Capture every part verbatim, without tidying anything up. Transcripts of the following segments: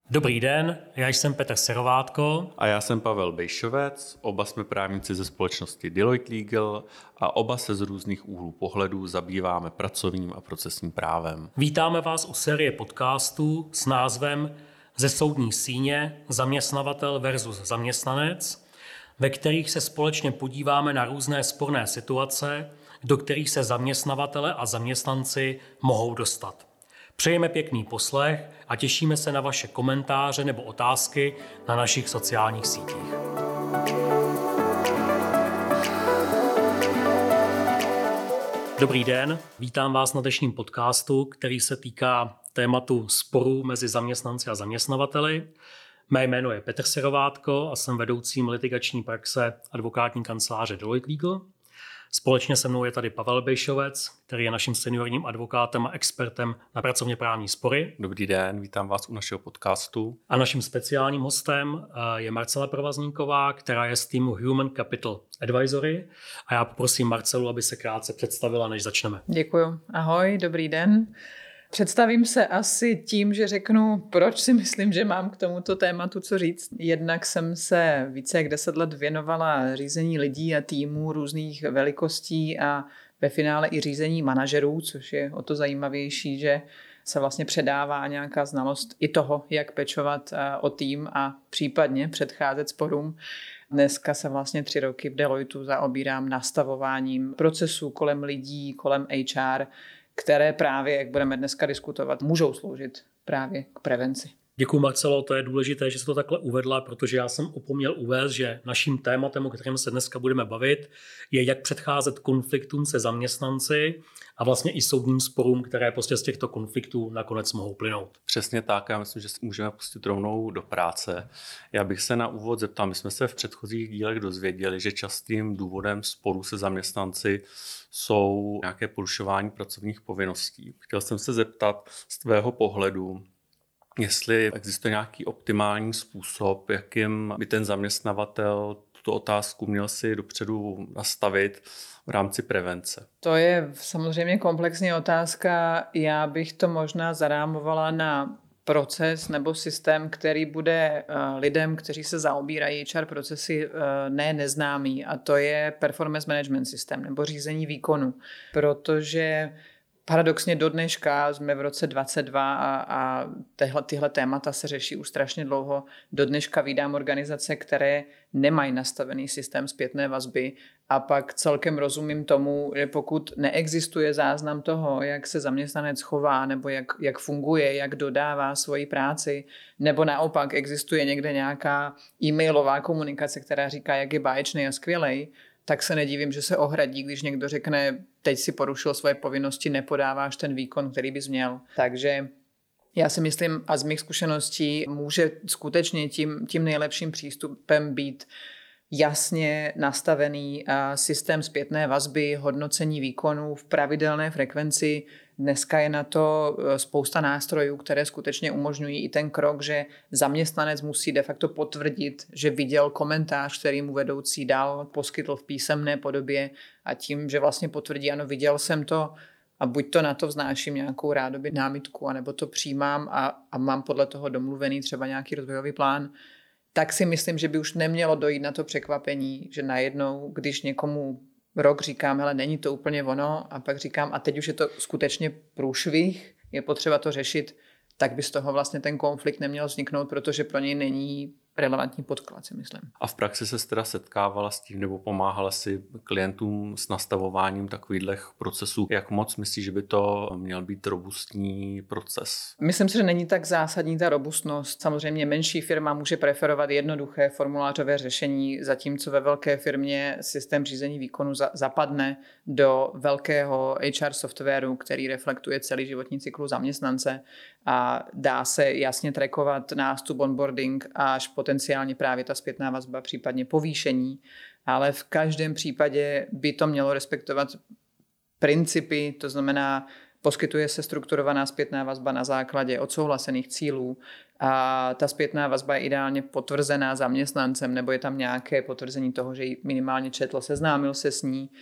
Dobrý den, já jsem Petr Serovátko. A já jsem Pavel Bejšovec, oba jsme právníci ze společnosti Deloitte Legal a oba se z různých úhlů pohledů zabýváme pracovním a procesním právem. Vítáme vás u série podcastů s názvem Ze soudní síně zaměstnavatel versus zaměstnanec, ve kterých se společně podíváme na různé sporné situace, do kterých se zaměstnavatele a zaměstnanci mohou dostat. Přejeme pěkný poslech a těšíme se na vaše komentáře nebo otázky na našich sociálních sítích. Dobrý den, vítám vás na dnešním podcastu, který se týká tématu sporů mezi zaměstnanci a zaměstnavateli. Mé jméno je Petr Serovátko a jsem vedoucím litigační praxe advokátní kanceláře Deloitte Legal. Společně se mnou je tady Pavel Bejšovec, který je naším seniorním advokátem a expertem na pracovně právní spory. Dobrý den, vítám vás u našeho podcastu. A naším speciálním hostem je Marcela Provazníková, která je z týmu Human Capital Advisory. A já poprosím Marcelu, aby se krátce představila, než začneme. Děkuju. Ahoj, dobrý den. Představím se asi tím, že řeknu, proč si myslím, že mám k tomuto tématu co říct. Jednak jsem se více jak deset let věnovala řízení lidí a týmů různých velikostí a ve finále i řízení manažerů, což je o to zajímavější, že se vlastně předává nějaká znalost i toho, jak pečovat o tým a případně předcházet sporům. Dneska se vlastně tři roky v Deloittu zaobírám nastavováním procesů kolem lidí, kolem H R, které právě, jak budeme dneska diskutovat, můžou sloužit právě k prevenci. Děkuji, Marcelo, to je důležité, že jsi to takhle uvedla, protože já jsem opomněl uvést, že naším tématem, o kterém se dneska budeme bavit, je jak předcházet konfliktům se zaměstnanci a vlastně i soudním sporům, které prostě z těchto konfliktů nakonec mohou plynout. Přesně tak, já myslím, že můžeme pustit rovnou do práce. Já bych se na úvod zeptal, my jsme se v předchozích dílech dozvěděli, že častým důvodem sporů se zaměstnanci jsou nějaké porušování pracovních povinností. Chtěl jsem se zeptat z tvého pohledu, jestli existuje nějaký optimální způsob, jakým by ten zaměstnavatel tuto otázku měl si dopředu nastavit v rámci prevence. To je samozřejmě komplexní otázka. Já bych to možná zarámovala na proces nebo systém, který bude lidem, kteří se zaobírají H R procesy, ne neznámý. A to je performance management systém nebo řízení výkonu. Protože paradoxně do dneška, jsme v roce dvacet dva a, a tehle, tyhle témata se řeší už strašně dlouho. Do dneška vídám organizace, které nemají nastavený systém zpětné vazby a pak celkem rozumím tomu, že pokud neexistuje záznam toho, jak se zaměstnanec chová nebo jak, jak funguje, jak dodává svoji práci, nebo naopak existuje někde nějaká e-mailová komunikace, která říká, jak je báječný a skvělej, tak se nedivím, že se ohradí, když někdo řekne, teď si porušil svoje povinnosti, nepodáváš ten výkon, který bys měl. Takže já si myslím, a z mých zkušeností může skutečně tím, tím nejlepším přístupem být jasně nastavený systém zpětné vazby, hodnocení výkonů v pravidelné frekvenci. Dneska je na to spousta nástrojů, které skutečně umožňují i ten krok, že zaměstnanec musí de facto potvrdit, že viděl komentář, který mu vedoucí dal, poskytl v písemné podobě a tím, že vlastně potvrdí, ano, viděl jsem to a buď to na to vznáším nějakou rádoby námitku, anebo to přijímám a, a mám podle toho domluvený třeba nějaký rozvojový plán, tak si myslím, že by už nemělo dojít na to překvapení, že najednou, když někomu rok říkám, hele, není to úplně ono, a pak říkám, a teď už je to skutečně průšvih, je potřeba to řešit, tak by z toho vlastně ten konflikt neměl vzniknout, protože pro něj není relevantní podklad, si myslím. A v praxi se teda setkávala s tím, nebo pomáhala si klientům s nastavováním takových procesů? Jak moc myslíš, že by to měl být robustní proces? Myslím si, že není tak zásadní ta robustnost. Samozřejmě menší firma může preferovat jednoduché formulářové řešení, zatímco ve velké firmě systém řízení výkonu zapadne do velkého H R softwaru, který reflektuje celý životní cyklus zaměstnance a dá se jasně trackovat nástup, onboarding až potenciálně právě ta zpětná vazba, případně povýšení, ale v každém případě by to mělo respektovat principy, to znamená, poskytuje se strukturovaná zpětná vazba na základě odsouhlasených cílů a ta zpětná vazba je ideálně potvrzená zaměstnancem nebo je tam nějaké potvrzení toho, že ji minimálně četl, seznámil se s ní.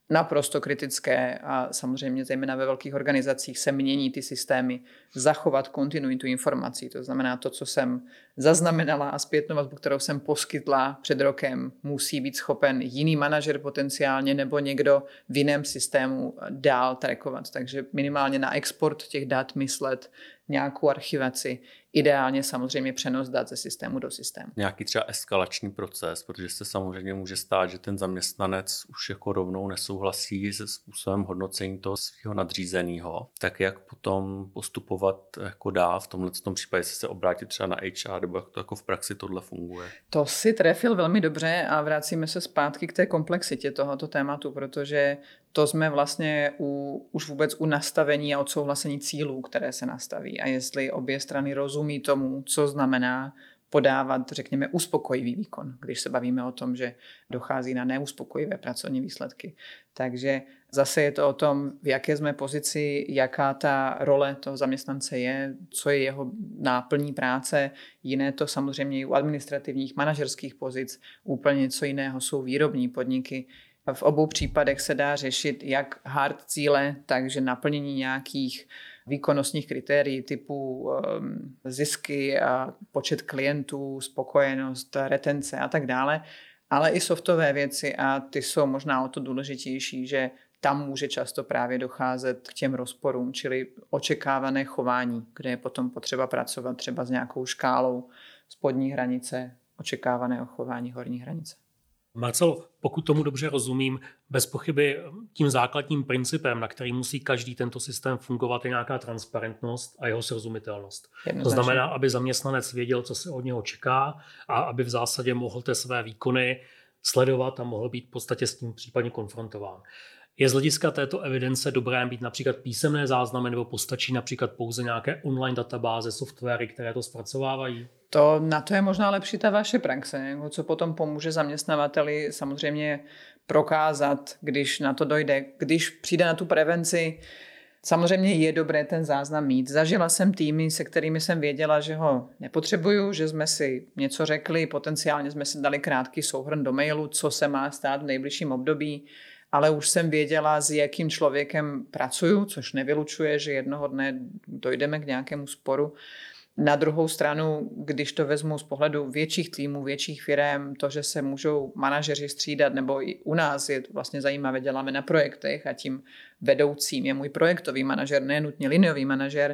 naprosto kritické a samozřejmě zejména ve velkých organizacích se mění ty systémy, zachovat kontinuitu informací. To znamená to, co jsem zaznamenala a zpětnou vazbu, kterou jsem poskytla před rokem, musí být schopen jiný manažer potenciálně nebo někdo v jiném systému dál trackovat. Takže minimálně na export těch dat myslet, nějakou archivaci, ideálně samozřejmě přenos dat ze systému do systému. Nějaký třeba eskalační proces, protože se samozřejmě může stát, že ten zaměstnanec už jako rovnou nesouhlasí se způsobem hodnocení toho svého nadřízeného. Tak jak potom postupovat jako dál v tomhle tom případě, se obrátit třeba na H R, nebo jak to jako v praxi tohle funguje? To si trefil velmi dobře a vracíme se zpátky k té komplexitě tohoto tématu, protože to jsme vlastně u, už vůbec u nastavení a odsouhlasení cílů, které se nastaví. A jestli obě strany rozumí tomu, co znamená podávat, řekněme, uspokojivý výkon, když se bavíme o tom, že dochází na neuspokojivé pracovní výsledky. Takže zase je to o tom, v jaké jsme pozici, jaká ta role toho zaměstnance je, co je jeho náplní práce. Jiné to samozřejmě i u administrativních, manažerských pozic. Úplně něco jiného jsou výrobní podniky. V obou případech se dá řešit jak hard cíle, takže naplnění nějakých výkonnostních kritérií typu um, zisky a počet klientů, spokojenost, retence a tak dále, ale i softové věci a ty jsou možná o to důležitější, že tam může často právě docházet k těm rozporům, čili očekávané chování, kde je potom potřeba pracovat třeba s nějakou škálou spodní hranice, očekávaného chování horní hranice. Marcelo, pokud tomu dobře rozumím, bez pochyby tím základním principem, na který musí každý tento systém fungovat, je nějaká transparentnost a jeho srozumitelnost. To znamená, aby zaměstnanec věděl, co se od něho čeká a aby v zásadě mohl ty své výkony sledovat a mohl být v podstatě s tím případně konfrontován. Je z hlediska této evidence dobré být například písemné záznamy nebo postačí například pouze nějaké online databáze, softwary, které to zpracovávají? To, na to je možná lepší ta vaše praxe, co potom pomůže zaměstnavateli samozřejmě prokázat, když na to dojde, když přijde na tu prevenci. Samozřejmě je dobré ten záznam mít. Zažila jsem týmy, se kterými jsem věděla, že ho nepotřebuju, že jsme si něco řekli, potenciálně jsme si dali krátký souhrn do mailu, co se má stát v nejbližším období, ale už jsem věděla, s jakým člověkem pracuju, což nevylučuje, že jednoho dne dojdeme k nějakému sporu. Na druhou stranu, když to vezmu z pohledu větších týmů, větších firem, to, že se můžou manažeři střídat, nebo i u nás je to vlastně zajímavé, děláme na projektech a tím vedoucím je můj projektový manažer, ne nutně liniový manažer,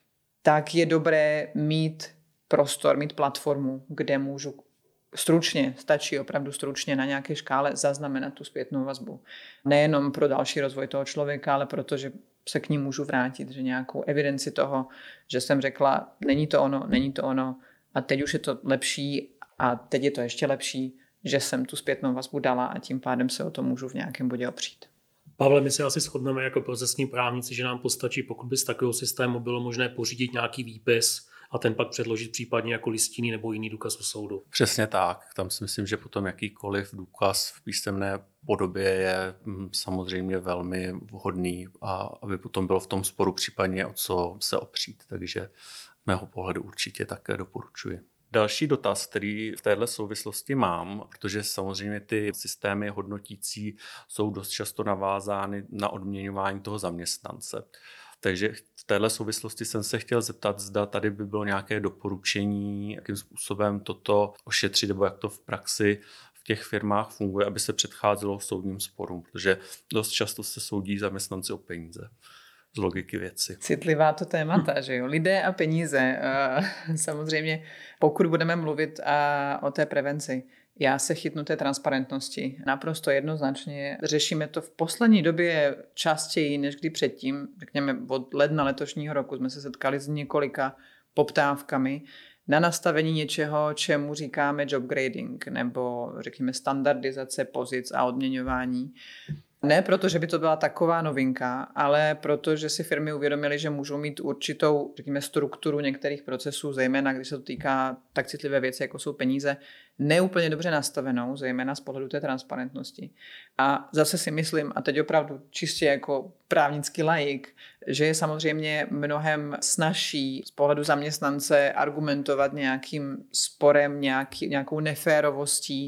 tak je dobré mít prostor, mít platformu, kde můžu stručně, stačí opravdu stručně na nějaké škále zaznamenat tu zpětnou vazbu. Nejenom pro další rozvoj toho člověka, ale protože se k ní můžu vrátit, že nějakou evidenci toho, že jsem řekla, není to ono, není to ono a teď už je to lepší a teď je to ještě lepší, že jsem tu zpětnou vazbu dala a tím pádem se o to můžu v nějakém bodě opřít. Pavle, my se asi shodneme jako procesní právníci, že nám postačí, pokud by z takového systému bylo možné pořídit nějaký výpis a ten pak předložit případně jako listinný nebo jiný důkaz u soudu. Přesně tak. Tam si myslím, že potom jakýkoliv důkaz v písemné podobě je samozřejmě velmi vhodný a aby potom bylo v tom sporu případně o co se opřít. Takže z mého pohledu určitě také doporučuji. Další dotaz, který v této souvislosti mám, protože samozřejmě ty systémy hodnotící jsou dost často navázány na odměňování toho zaměstnance. Takže v této souvislosti jsem se chtěl zeptat, zda tady by bylo nějaké doporučení, jakým způsobem toto ošetřit, nebo jak to v praxi v těch firmách funguje, aby se předcházelo soudním sporům, protože dost často se soudí zaměstnanci o peníze. Z logiky věci. Citlivá to témata, že jo? Lidé a peníze. Samozřejmě, pokud budeme mluvit o té prevenci, já se chytnu té transparentnosti. Naprosto jednoznačně. Řešíme to v poslední době častěji, než kdy předtím. Řekněme, od ledna letošního roku jsme se setkali s několika poptávkami na nastavení něčeho, čemu říkáme job grading, nebo řekněme standardizace pozic a odměňování. Ne proto, že by to byla taková novinka, ale proto, že si firmy uvědomily, že můžou mít určitou, řekněme, strukturu některých procesů, zejména když se to týká tak citlivé věci, jako jsou peníze, neúplně dobře nastavenou, zejména z pohledu té transparentnosti. A zase si myslím, a teď opravdu čistě jako právnický laik, že je samozřejmě mnohem snazší z pohledu zaměstnance argumentovat nějakým sporem, nějaký, nějakou neférovostí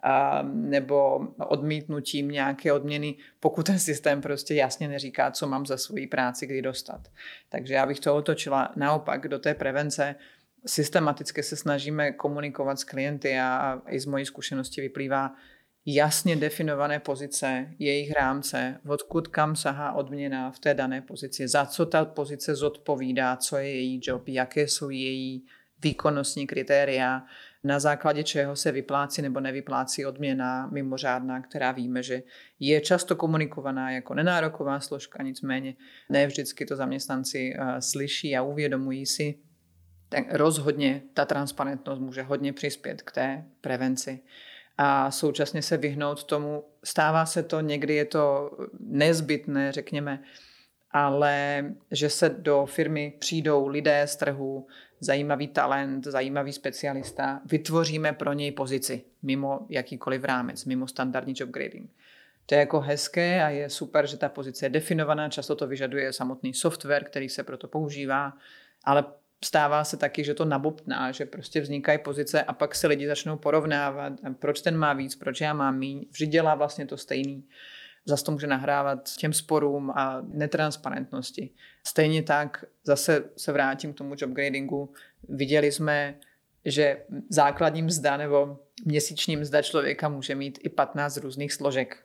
a, nebo odmítnutím nějaké odměny, pokud ten systém prostě jasně neříká, co mám za svoji práci kdy dostat. Takže já bych to otočila naopak do té prevence. Systematicky se snažíme komunikovat s klienty a i z mojí zkušenosti vyplývá jasně definované pozice, jejich rámce, odkud kam sahá odměna v té dané pozici, za co ta pozice zodpovídá, co je její job, jaké jsou její výkonnostní kritéria, na základě čeho se vyplácí nebo nevyplácí odměna mimořádná, která víme, že je často komunikovaná jako nenároková složka, nicméně ne vždycky to zaměstnanci uh, slyší a uvědomují si. Tak rozhodně ta transparentnost může hodně přispět k té prevenci a současně se vyhnout tomu. Stává se to, někdy je to nezbytné, řekněme, ale že se do firmy přijdou lidé z trhu, zajímavý talent, zajímavý specialista, vytvoříme pro něj pozici mimo jakýkoliv rámec, mimo standardní job grading. To je jako hezké a je super, že ta pozice je definovaná, často to vyžaduje samotný software, který se proto používá, ale stává se taky, že to nabobtná, že prostě vznikají pozice a pak se lidi začnou porovnávat, proč ten má víc, proč já mám míň, vždy dělá vlastně to stejný. Zase to může nahrávat těm sporům a netransparentnosti. Stejně tak zase se vrátím k tomu job gradingu. Viděli jsme, že základní mzda nebo měsíční mzda člověka může mít i patnáct různých složek.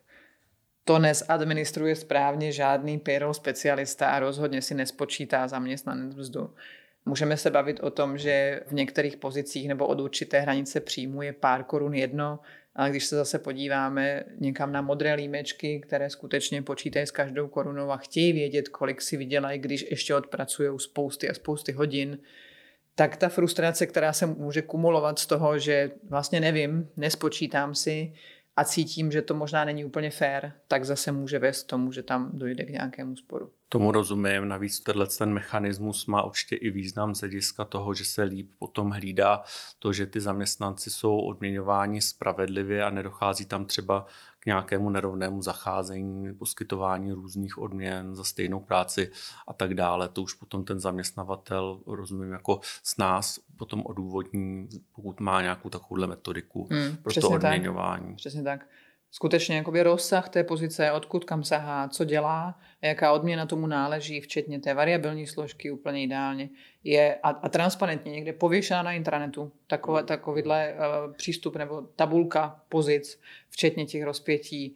To nezadministruje správně žádný payroll specialista a rozhodně si nespočítá zaměstnanec mzdu. Můžeme se bavit o tom, že v některých pozicích nebo od určité hranice příjmu je pár korun jedno, ale když se zase podíváme někam na modré límečky, které skutečně počítají s každou korunou a chtějí vědět, kolik si vydělají, když ještě odpracují spousty a spousty hodin, tak ta frustrace, která se může kumulovat z toho, že vlastně nevím, nespočítám si a cítím, že to možná není úplně fair, tak zase může vést k tomu, že tam dojde k nějakému sporu. Tomu rozumím, navíc tenhle ten mechanismus má určitě i význam z hlediska toho, že se líp potom hlídá to, že ty zaměstnanci jsou odměňováni spravedlivě a nedochází tam třeba k nějakému nerovnému zacházení, poskytování různých odměn za stejnou práci a tak dále. To už potom ten zaměstnavatel, rozumím, jako s nás potom odůvodní, pokud má nějakou takovouhle metodiku hmm, pro to odměňování. Tak, přesně tak. Skutečně jakoby rozsah té pozice, odkud kam sahá, co dělá, jaká odměna tomu náleží, včetně té variabilní složky úplně ideálně, je a, a transparentně někde pověšená na intranetu takové, takovýhle uh, přístup nebo tabulka pozic, včetně těch rozpětí.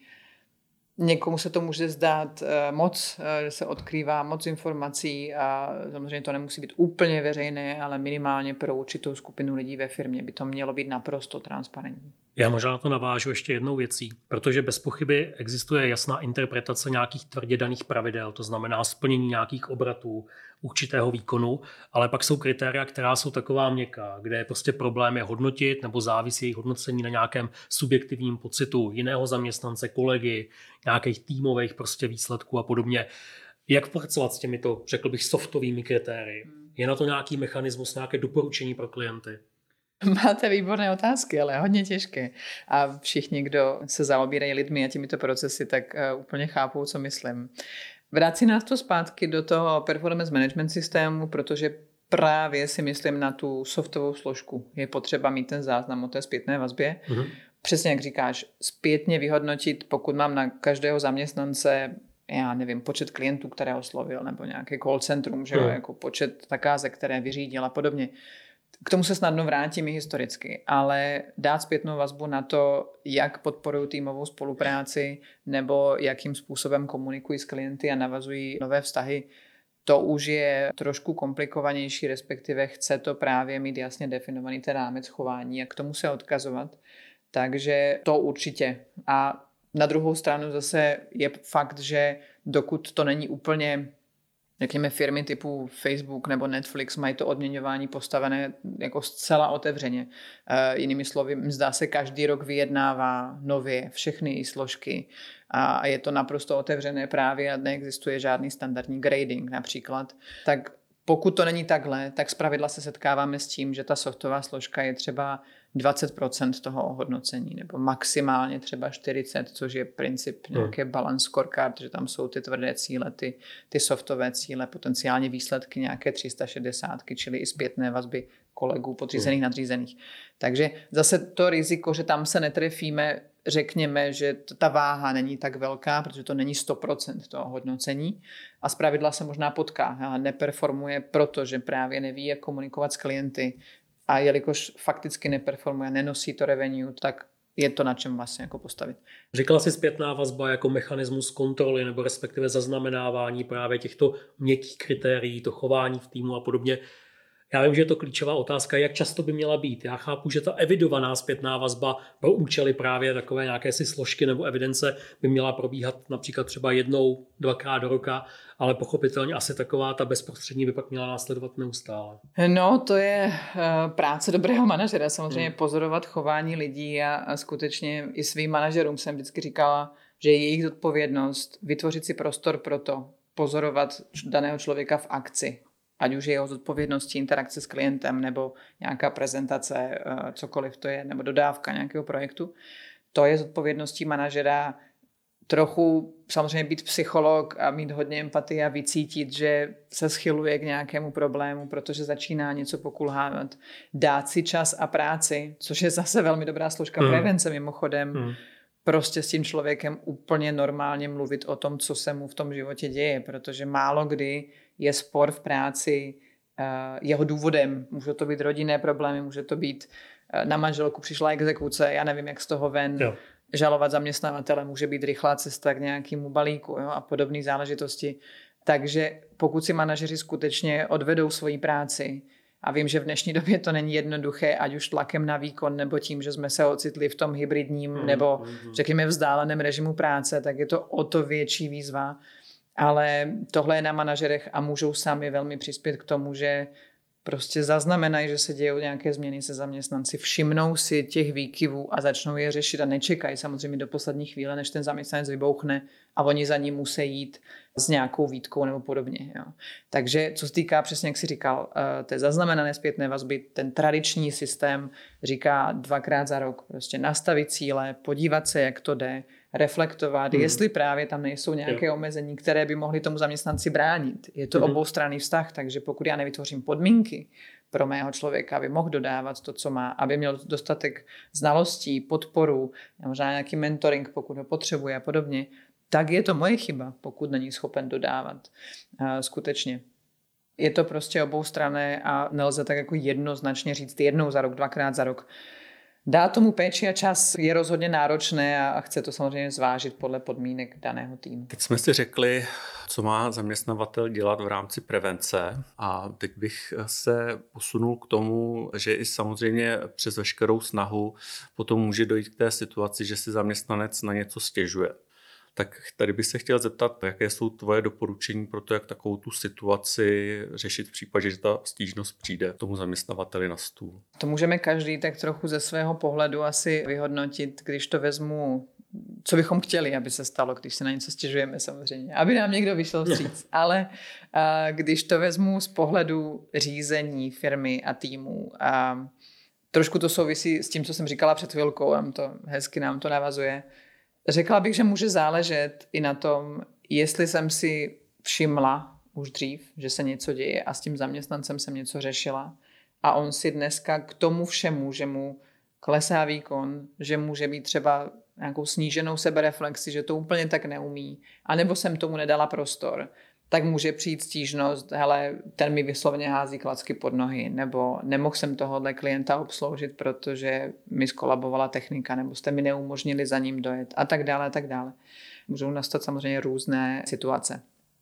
Někomu se to může zdát uh, moc, uh, že se odkrývá moc informací a samozřejmě to nemusí být úplně veřejné, ale minimálně pro určitou skupinu lidí ve firmě by to mělo být naprosto transparentní. Já možná na to navážu ještě jednou věcí, protože bez pochyby existuje jasná interpretace nějakých tvrdě daných pravidel, to znamená splnění nějakých obratů, určitého výkonu, ale pak jsou kritéria, která jsou taková měkká, kde je prostě problém je hodnotit nebo závisí jejich hodnocení na nějakém subjektivním pocitu jiného zaměstnance, kolegy, nějakých týmových prostě výsledků a podobně. Jak pracovat s těmito, řekl bych, softovými kritérii? Je na to nějaký mechanismus, nějaké doporučení pro klienty? Máte výborné otázky, ale hodně těžké. A všichni, kdo se zaobírají lidmi a těmito procesy, tak uh, úplně chápou, co myslím. Vrací nás to zpátky do toho performance management systému, protože právě si myslím na tu softovou složku. Je potřeba mít ten záznam o té zpětné vazbě. Mm-hmm. Přesně jak říkáš, zpětně vyhodnotit, pokud mám na každého zaměstnance, já nevím, počet klientů, které oslovil, nebo nějaké call centrum, že mm. jako počet zakázek, které vyřídil a podobně. K tomu se snadno vrátím i historicky, ale dát zpětnou vazbu na to, jak podporují týmovou spolupráci nebo jakým způsobem komunikují s klienty a navazují nové vztahy, to už je trošku komplikovanější, respektive chce to právě mít jasně definovaný ten rámec chování a k tomu se odkazovat. Takže to určitě. A na druhou stranu zase je fakt, že dokud to není úplně, řekněme, firmy typu Facebook nebo Netflix mají to odměňování postavené jako zcela otevřeně. E, jinými slovy, mzda se každý rok vyjednává nově, všechny složky a je to naprosto otevřené právě a neexistuje žádný standardní grading například. Tak pokud to není takhle, tak zpravidla se setkáváme s tím, že ta softová složka je třeba dvacet procent toho ohodnocení nebo maximálně třeba čtyřicet procent, což je princip nějaké balance scorecard, že tam jsou ty tvrdé cíle, ty, ty softové cíle, potenciálně výsledky nějaké tři sta šedesát, čili i zpětné vazby kolegů, podřízených, nadřízených. Takže zase to riziko, že tam se netrefíme, řekněme, že ta váha není tak velká, protože to není sto procent toho hodnocení a zpravidla se možná potká a neperformuje, protože právě neví, jak komunikovat s klienty a jelikož fakticky neperformuje, nenosí to revenue, tak je to na čem vlastně jako postavit. Říkala jsi zpětná vazba jako mechanismus kontroly nebo respektive zaznamenávání právě těchto měkkých kritérií, to chování v týmu a podobně. Já vím, že je to klíčová otázka, jak často by měla být. Já chápu, že ta evidovaná zpětná vazba pro účely právě takové nějaké si složky nebo evidence by měla probíhat například třeba jednou, dvakrát do roka, ale pochopitelně asi taková ta bezprostřední by pak měla následovat neustále. No, to je práce dobrého manažera, samozřejmě hmm. pozorovat chování lidí a, a skutečně i svým manažerům jsem vždycky říkala, že je jejich zodpovědnost vytvořit si prostor pro to, pozorovat daného člověka v akci. Ať už je jeho zodpovědností interakce s klientem nebo nějaká prezentace, cokoliv to je, nebo dodávka nějakého projektu. To je zodpovědností manažera trochu samozřejmě být psycholog a mít hodně empatie a vycítit, že se schyluje k nějakému problému, protože začíná něco pokulhávat. Dát si čas a práci, což je zase velmi dobrá složka mm. prevence mimochodem. Mm. Prostě s tím člověkem úplně normálně mluvit o tom, co se mu v tom životě děje, protože málo kdy je spor v práci uh, jeho důvodem. Může to být rodinné problémy, může to být uh, na manželku přišla exekuce, já nevím, jak z toho ven, jo. Žalovat zaměstnavatele, může být rychlá cesta k nějakému balíku, jo, a podobné záležitosti. Takže pokud si manažeři skutečně odvedou svoji práci, a vím, že v dnešní době to není jednoduché, ať už tlakem na výkon, nebo tím, že jsme se ocitli v tom hybridním, mm, nebo mm, řekněme vzdáleném režimu práce, tak je to o to větší výzva. Ale tohle je na manažerech a můžou sami velmi přispět k tomu, že prostě zaznamenají, že se dějí nějaké změny se zaměstnanci, všimnou si těch výkyvů a začnou je řešit a nečekají samozřejmě do poslední chvíle, než ten zaměstnanec vybouchne a oni za ním musí jít s nějakou výtkou nebo podobně. Jo. Takže co se týká přesně, jak jsi říkal, té zaznamenané zpětné vazby, ten tradiční systém říká dvakrát za rok prostě nastavit cíle, podívat se, jak to jde, reflektovat, hmm. jestli právě tam nejsou nějaké jo. omezení, které by mohly tomu zaměstnanci bránit. Je to hmm. oboustranný vztah, takže pokud já nevytvořím podmínky pro mého člověka, aby mohl dodávat to, co má, aby měl dostatek znalostí, podporu, možná nějaký mentoring, pokud ho potřebuje a podobně, tak je to moje chyba, pokud není schopen dodávat. Skutečně. Je to prostě oboustranné a nelze tak jako jednoznačně říct jednou za rok, dvakrát za rok. Dá tomu péči a čas je rozhodně náročné a chce to samozřejmě zvážit podle podmínek daného týmu. Teď jsme si řekli, co má zaměstnavatel dělat v rámci prevence a teď bych se posunul k tomu, že i samozřejmě přes veškerou snahu potom může dojít k té situaci, že si zaměstnanec na něco stěžuje. Tak tady bych se chtěl zeptat, jaké jsou tvoje doporučení pro to, jak takovou tu situaci řešit v případě, že ta stížnost přijde tomu zaměstnavateli na stůl. To můžeme každý tak trochu ze svého pohledu asi vyhodnotit, když to vezmu, co bychom chtěli, aby se stalo, když se na něco stěžujeme samozřejmě, aby nám někdo vyšel vstříc. Ale a, když to vezmu z pohledu řízení firmy a týmu, a trošku to souvisí s tím, co jsem říkala před chvilkou, nám to, hezky nám to navazuje. Řekla bych, že může záležet i na tom, jestli jsem si všimla už dřív, že se něco děje a s tím zaměstnancem jsem něco řešila a on si dneska k tomu všemu, že mu klesá výkon, že může být třeba nějakou sníženou sebereflexi, že to úplně tak neumí, anebo jsem tomu nedala prostor, tak může přijít stížnost, hele, ten mi vyslovně hází klacky pod nohy, nebo nemohl jsem tohohle klienta obsloužit, protože mi skolabovala technika, nebo jste mi neumožnili za ním dojet a tak dále, a tak dále. Můžou nastat samozřejmě různé situace.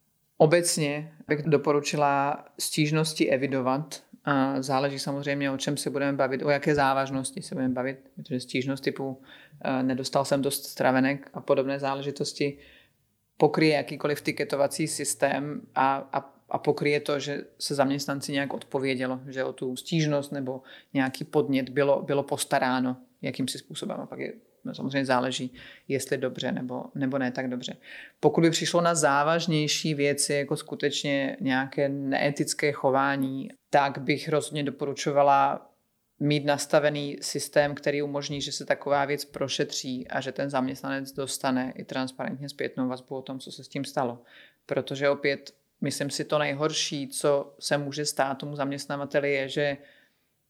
Obecně bych doporučila stížnosti evidovat. Záleží samozřejmě, o čem se budeme bavit, o jaké závažnosti se budeme bavit, protože stížnost typu nedostal jsem dost stravenek a podobné záležitosti pokryje jakýkoliv tiketovací systém a, a, a pokryje to, že se zaměstnanci nějak odpovědělo, že o tu stížnost nebo nějaký podnět bylo, bylo postaráno jakýmsi způsobem. A pak je, no samozřejmě záleží, jestli dobře nebo, nebo ne tak dobře. Pokud by přišlo na závažnější věci, jako skutečně nějaké neetické chování, tak bych rozhodně doporučovala mít nastavený systém, který umožní, že se taková věc prošetří a že ten zaměstnanec dostane i transparentně zpětnou vazbu o tom, co se s tím stalo. Protože opět, myslím si, to nejhorší, co se může stát tomu zaměstnavateli, je, že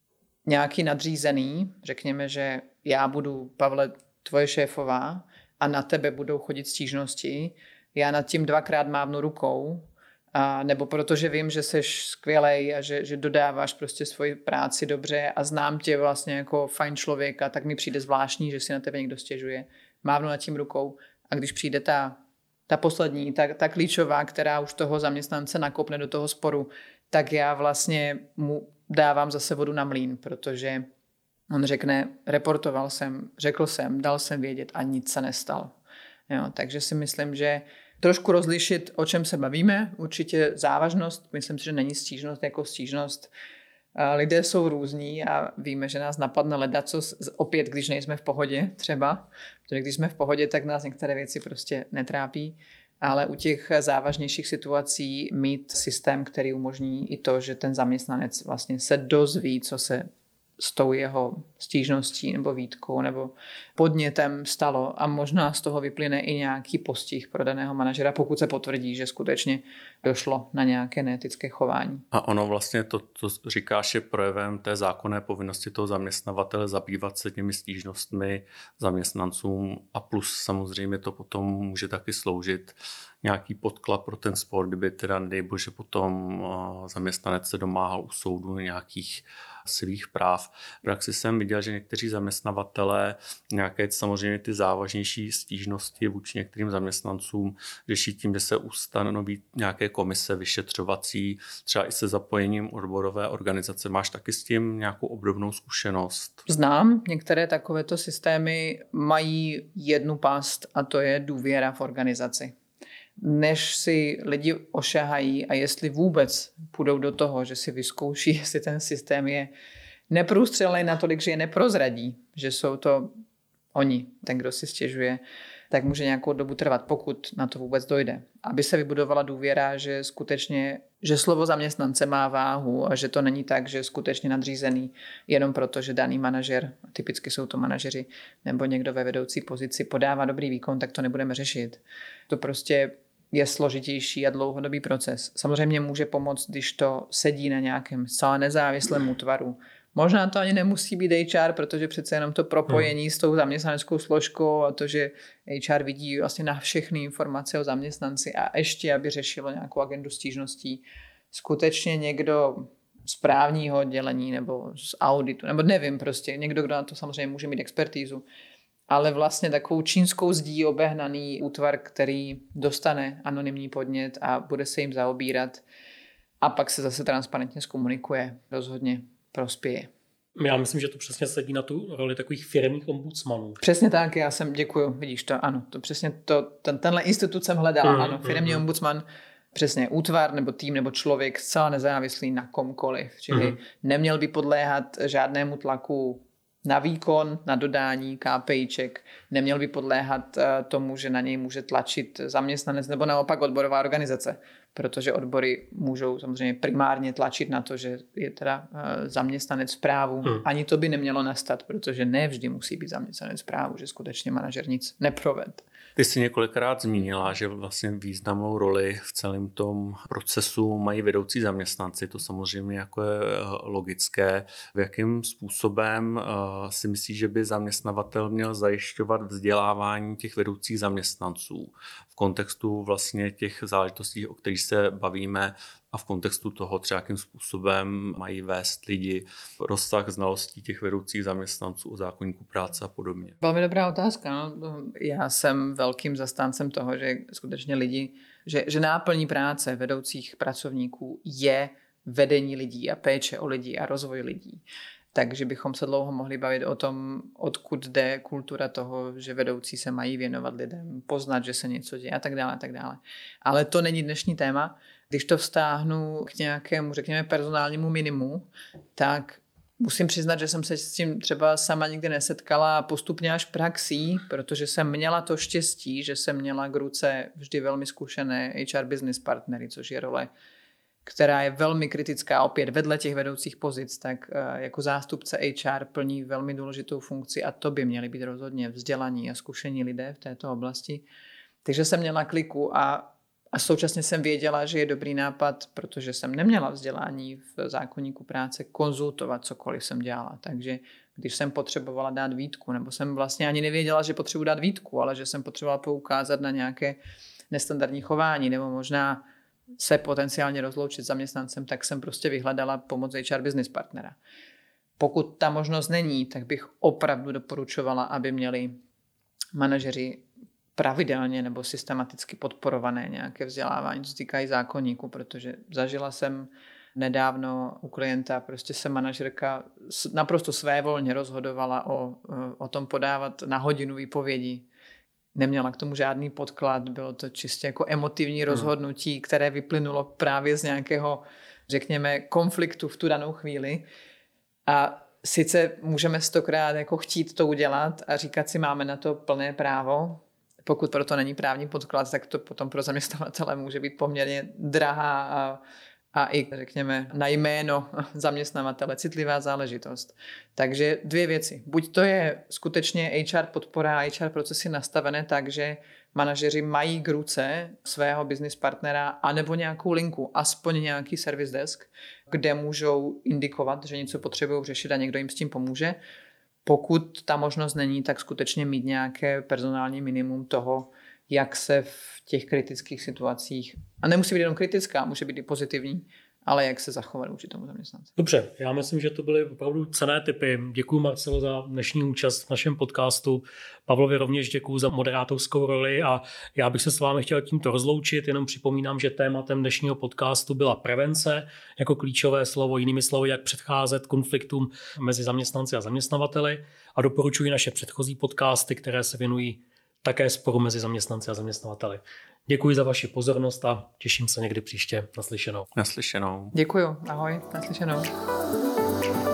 nějaký nadřízený, řekněme, že já budu, Pavle, tvoje šéfová a na tebe budou chodit stížnosti, já nad tím dvakrát mávnu rukou, a nebo protože vím, že jsi skvělej a že, že dodáváš prostě svoji práci dobře a znám tě vlastně jako fajn člověka, tak mi přijde zvláštní, že si na tebe někdo stěžuje. Mávnu nad tím rukou a když přijde ta, ta poslední, ta, ta klíčová, která už toho zaměstnance nakopne do toho sporu, tak já vlastně mu dávám zase vodu na mlýn, protože on řekne, reportoval jsem, řekl jsem, dal jsem vědět a nic se nestalo. Jo, takže si myslím, že trošku rozlišit, o čem se bavíme, určitě závažnost, myslím si, že není stížnost jako stížnost. Lidé jsou různí a víme, že nás napadne ledacos opět, když nejsme v pohodě třeba, protože když jsme v pohodě, tak nás některé věci prostě netrápí, ale u těch závažnějších situací mít systém, který umožní i to, že ten zaměstnanec vlastně se dozví, co se s tou jeho stížností nebo výtkou nebo podnětem stalo a možná z toho vyplyne i nějaký postih pro daného manažera, pokud se potvrdí, že skutečně došlo na nějaké neetické chování. A ono vlastně to, co říkáš, je projevem té zákonné povinnosti toho zaměstnavatele zabývat se těmi stížnostmi zaměstnancům a plus samozřejmě to potom může taky sloužit nějaký podklad pro ten spor, kdyby teda nejbože potom zaměstnanec se domáhal u soudu nějakých svých práv. V praxi jsem viděl, že někteří zaměstnavatelé nějaké samozřejmě ty závažnější stížnosti vůči některým zaměstnancům řeší tím, že se ustanoví nějaké komise vyšetřovací, třeba i se zapojením odborové organizace. Máš taky s tím nějakou obdobnou zkušenost? Znám. Některé takovéto systémy mají jednu past a to je důvěra v organizaci. Než si lidi ošahají a jestli vůbec půjdou do toho, že si vyzkouší, jestli ten systém je neprůstřelný natolik, že je neprozradí, že jsou to oni, ten, kdo si stěžuje, tak může nějakou dobu trvat, pokud na to vůbec dojde. Aby se vybudovala důvěra, že skutečně, že slovo zaměstnance má váhu a že to není tak, že je skutečně nadřízený jenom proto, že daný manažer, typicky jsou to manažeři, nebo někdo ve vedoucí pozici podává dobrý výkon, tak to nebudeme řešit. To prostě je složitější a dlouhodobý proces. Samozřejmě může pomoct, když to sedí na nějakém zcela nezávislém útvaru. Možná to ani nemusí být H R, protože přece jenom to propojení hmm. s tou zaměstnaneckou složkou a to, že H R vidí vlastně na všechny informace o zaměstnanci a ještě, aby řešilo nějakou agendu stížností, skutečně někdo z právního oddělení nebo z auditu, nebo nevím prostě, někdo, kdo na to samozřejmě může mít expertízu, ale vlastně takovou čínskou zdí obehnaný útvar, který dostane anonymní podnět a bude se jim zaobírat a pak se zase transparentně zkomunikuje, rozhodně prospěje. Já myslím, že to přesně sedí na tu roli takových firemních ombudsmanů. Přesně tak, já jsem, děkuju, vidíš to, ano, to přesně to, ten, tenhle institut jsem hledala, mm, ano, firemní mm, ombudsman, přesně útvar nebo tým nebo člověk zcela nezávislý na komkoliv, čili mm. neměl by podléhat žádnému tlaku na výkon, na dodání KPIček, neměl by podléhat tomu, že na něj může tlačit zaměstnanec nebo naopak odborová organizace, protože odbory můžou samozřejmě primárně tlačit na to, že je teda zaměstnanec v právu. Hmm. Ani to by nemělo nastat, protože ne vždy musí být zaměstnanec v právu, že skutečně manažer nic neproved. Ty jsi několikrát zmínila, že vlastně významnou roli v celém tom procesu mají vedoucí zaměstnanci. To samozřejmě jako je logické. V jakým způsobem si myslíš, že by zaměstnavatel měl zajišťovat vzdělávání těch vedoucích zaměstnanců v kontextu vlastně těch záležitostí, o kterých se bavíme, a v kontextu toho třeba jakým způsobem mají vést lidi, rozsah znalostí těch vedoucích zaměstnanců o zákoníku práce a podobně? Velmi dobrá otázka. No. Já jsem velkým zastáncem toho, že skutečně lidi, že, že náplní práce vedoucích pracovníků je vedení lidí a péče o lidi a rozvoj lidí. Takže bychom se dlouho mohli bavit o tom, odkud jde kultura toho, že vedoucí se mají věnovat lidem, poznat, že se něco děje a tak dále, a tak dále. Ale to není dnešní téma. Když to vztáhnu k nějakému, řekněme, personálnímu minimu, tak musím přiznat, že jsem se s tím třeba sama nikdy nesetkala postupně až praxí, protože jsem měla to štěstí, že jsem měla k ruce vždy velmi zkušené H R business partnery, což je role, která je velmi kritická opět vedle těch vedoucích pozic, tak jako zástupce H R plní velmi důležitou funkci a to by měly být rozhodně vzdělaní a zkušení lidé v této oblasti. Takže jsem měla kliku a A současně jsem věděla, že je dobrý nápad, protože jsem neměla vzdělání v zákoníku práce, konzultovat cokoliv jsem dělala. Takže když jsem potřebovala dát výtku, nebo jsem vlastně ani nevěděla, že potřebuji dát výtku, ale že jsem potřebovala poukázat na nějaké nestandardní chování, nebo možná se potenciálně rozloučit s zaměstnancem, tak jsem prostě vyhledala pomoc H R business partnera. Pokud ta možnost není, tak bych opravdu doporučovala, aby měli manažeři pravidelně nebo systematicky podporované nějaké vzdělávání, co se týká i zákoníku, protože zažila jsem nedávno u klienta, prostě se manažerka naprosto svévolně rozhodovala o, o tom podávat na hodinu výpovědi. Neměla k tomu žádný podklad, bylo to čistě jako emotivní rozhodnutí, které vyplynulo právě z nějakého, řekněme, konfliktu v tu danou chvíli. A sice můžeme stokrát jako chtít to udělat a říkat si, máme na to plné právo. Pokud proto není právní podklad, tak to potom pro zaměstnavatele může být poměrně drahá a, a i, řekněme, na jméno zaměstnavatele citlivá záležitost. Takže dvě věci. Buď to je skutečně H R podpora, H R procesy nastavené tak, že manažeři mají k ruce svého business partnera anebo nějakou linku, aspoň nějaký service desk, kde můžou indikovat, že něco potřebují řešit a někdo jim s tím pomůže. Pokud ta možnost není, tak skutečně mít nějaké personální minimum toho, jak se v těch kritických situacích, a nemusí být jenom kritická, může být i pozitivní, ale jak se zachovat vůči tomu zaměstnanci. Dobře, já myslím, že to byly opravdu cenné tipy. Děkuji, Marcelo, za dnešní účast v našem podcastu. Pavlovi rovněž děkuji za moderátorskou roli a já bych se s vámi chtěl tímto rozloučit. Jenom připomínám, že tématem dnešního podcastu byla prevence jako klíčové slovo, jinými slovy, jak předcházet konfliktům mezi zaměstnanci a zaměstnavateli, a doporučuji naše předchozí podcasty, které se věnují také sporu mezi zaměstnanci a zaměstnavateli. Děkuji za vaši pozornost a těším se někdy příště. Naslyšenou. Naslyšenou. Děkuju. Ahoj. Naslyšenou.